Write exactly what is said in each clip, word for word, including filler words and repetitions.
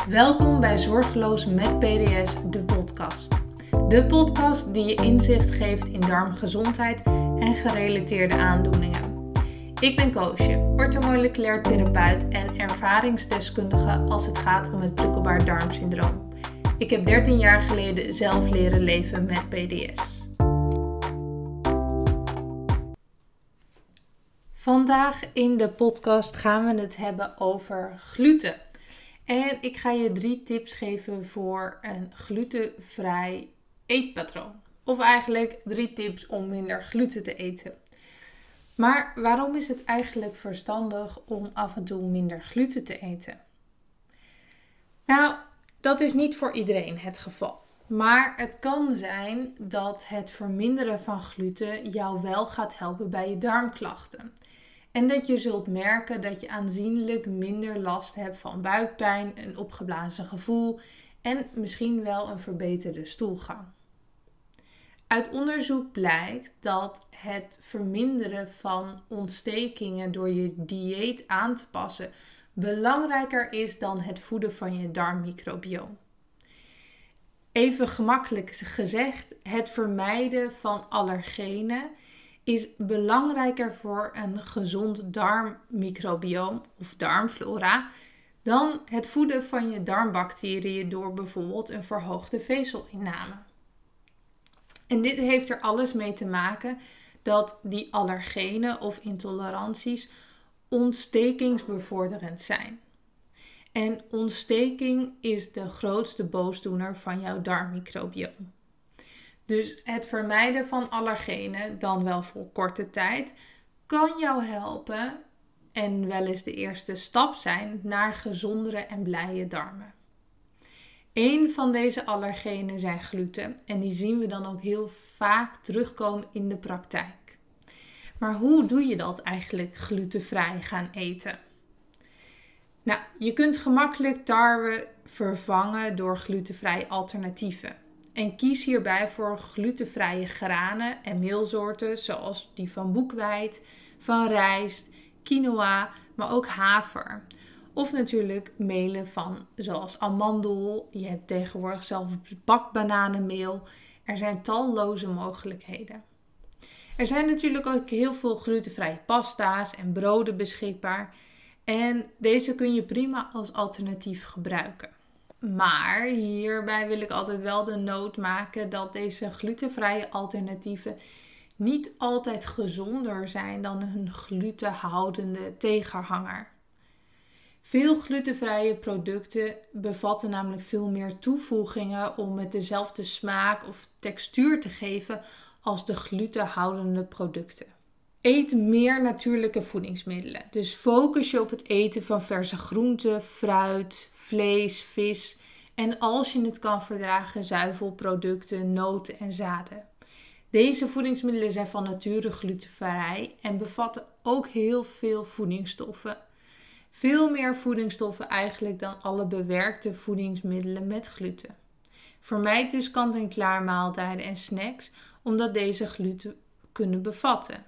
Welkom bij Zorgeloos met P D S, de podcast. De podcast die je inzicht geeft in darmgezondheid en gerelateerde aandoeningen. Ik ben Koosje, orthomoleculair therapeut en ervaringsdeskundige als het gaat om het prikkelbaar darmsyndroom. Ik heb dertien jaar geleden zelf leren leven met P D S. Vandaag in de podcast gaan we het hebben over gluten. En ik ga je drie tips geven voor een glutenvrij eetpatroon. Of eigenlijk drie tips om minder gluten te eten. Maar waarom is het eigenlijk verstandig om af en toe minder gluten te eten? Nou, dat is niet voor iedereen het geval. Maar het kan zijn dat het verminderen van gluten jou wel gaat helpen bij je darmklachten. En dat je zult merken dat je aanzienlijk minder last hebt van buikpijn, een opgeblazen gevoel en misschien wel een verbeterde stoelgang. Uit onderzoek blijkt dat het verminderen van ontstekingen door je dieet aan te passen belangrijker is dan het voeden van je darmmicrobioom. Even gemakkelijk gezegd, het vermijden van allergenen is belangrijker voor een gezond darmmicrobioom of darmflora dan het voeden van je darmbacteriën door bijvoorbeeld een verhoogde vezelinname. En dit heeft er alles mee te maken dat die allergenen of intoleranties ontstekingsbevorderend zijn. En ontsteking is de grootste boosdoener van jouw darmmicrobioom. Dus het vermijden van allergenen, dan wel voor korte tijd, kan jou helpen en wel eens de eerste stap zijn naar gezondere en blije darmen. Eén van deze allergenen zijn gluten en die zien we dan ook heel vaak terugkomen in de praktijk. Maar hoe doe je dat eigenlijk glutenvrij gaan eten? Nou, je kunt gemakkelijk tarwe vervangen door glutenvrije alternatieven. En kies hierbij voor glutenvrije granen en meelsoorten zoals die van boekweit, van rijst, quinoa, maar ook haver. Of natuurlijk melen van zoals amandel, je hebt tegenwoordig zelf bakbananenmeel. Er zijn talloze mogelijkheden. Er zijn natuurlijk ook heel veel glutenvrije pasta's en broden beschikbaar. En deze kun je prima als alternatief gebruiken. Maar hierbij wil ik altijd wel de noot maken dat deze glutenvrije alternatieven niet altijd gezonder zijn dan hun glutenhoudende tegenhanger. Veel glutenvrije producten bevatten namelijk veel meer toevoegingen om het dezelfde smaak of textuur te geven als de glutenhoudende producten. Eet meer natuurlijke voedingsmiddelen. Dus focus je op het eten van verse groenten, fruit, vlees, vis en als je het kan verdragen, zuivelproducten, noten en zaden. Deze voedingsmiddelen zijn van nature glutenvrij en bevatten ook heel veel voedingsstoffen. Veel meer voedingsstoffen eigenlijk dan alle bewerkte voedingsmiddelen met gluten. Vermijd dus kant-en-klaar maaltijden en snacks omdat deze gluten kunnen bevatten.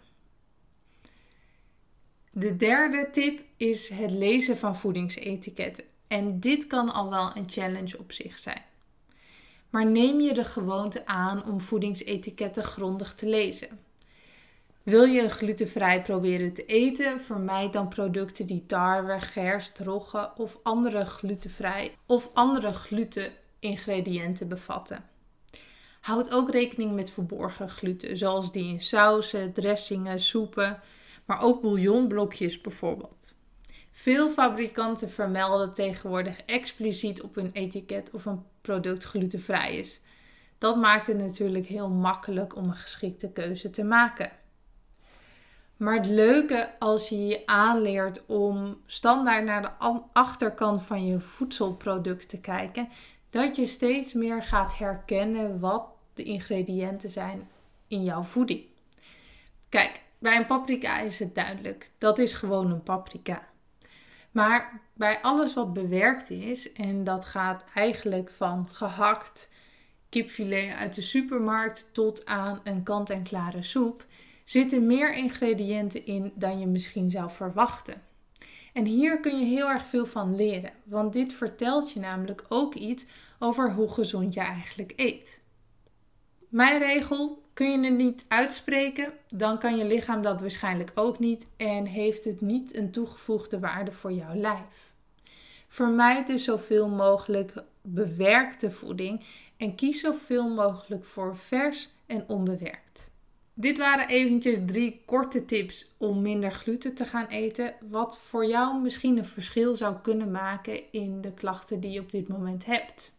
De derde tip is het lezen van voedingsetiketten. En dit kan al wel een challenge op zich zijn. Maar neem je de gewoonte aan om voedingsetiketten grondig te lezen. Wil je glutenvrij proberen te eten, vermijd dan producten die tarwe, gerst, rogge of andere glutenvrij of andere gluten-ingrediënten bevatten. Houd ook rekening met verborgen gluten, zoals die in sauzen, dressingen, soepen, maar ook bouillonblokjes bijvoorbeeld. Veel fabrikanten vermelden tegenwoordig expliciet op hun etiket of een product glutenvrij is. Dat maakt het natuurlijk heel makkelijk om een geschikte keuze te maken. Maar het leuke als je je aanleert om standaard naar de achterkant van je voedselproduct te kijken, dat je steeds meer gaat herkennen wat de ingrediënten zijn in jouw voeding. Kijk, bij een paprika is het duidelijk. Dat is gewoon een paprika. Maar bij alles wat bewerkt is, en dat gaat eigenlijk van gehakt kipfilet uit de supermarkt tot aan een kant-en-klare soep, zitten meer ingrediënten in dan je misschien zou verwachten. En hier kun je heel erg veel van leren, want dit vertelt je namelijk ook iets over hoe gezond je eigenlijk eet. Mijn regel, kun je het niet uitspreken, dan kan je lichaam dat waarschijnlijk ook niet en heeft het niet een toegevoegde waarde voor jouw lijf. Vermijd dus zoveel mogelijk bewerkte voeding en kies zoveel mogelijk voor vers en onbewerkt. Dit waren eventjes drie korte tips om minder gluten te gaan eten, wat voor jou misschien een verschil zou kunnen maken in de klachten die je op dit moment hebt.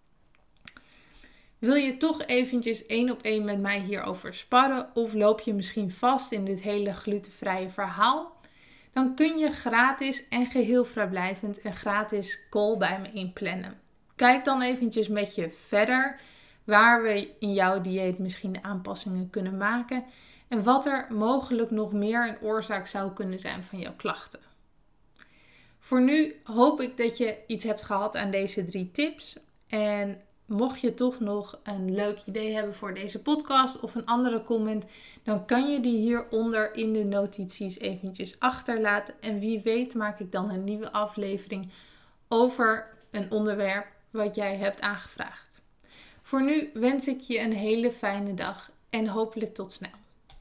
Wil je toch eventjes één op één met mij hierover sparren of loop je misschien vast in dit hele glutenvrije verhaal? Dan kun je gratis en geheel vrijblijvend een gratis call bij me inplannen. Kijk dan eventjes met je verder waar we in jouw dieet misschien aanpassingen kunnen maken en wat er mogelijk nog meer een oorzaak zou kunnen zijn van jouw klachten. Voor nu hoop ik dat je iets hebt gehad aan deze drie tips en mocht je toch nog een leuk idee hebben voor deze podcast of een andere comment, dan kan je die hieronder in de notities eventjes achterlaten. En wie weet maak ik dan een nieuwe aflevering over een onderwerp wat jij hebt aangevraagd. Voor nu wens ik je een hele fijne dag en hopelijk tot snel.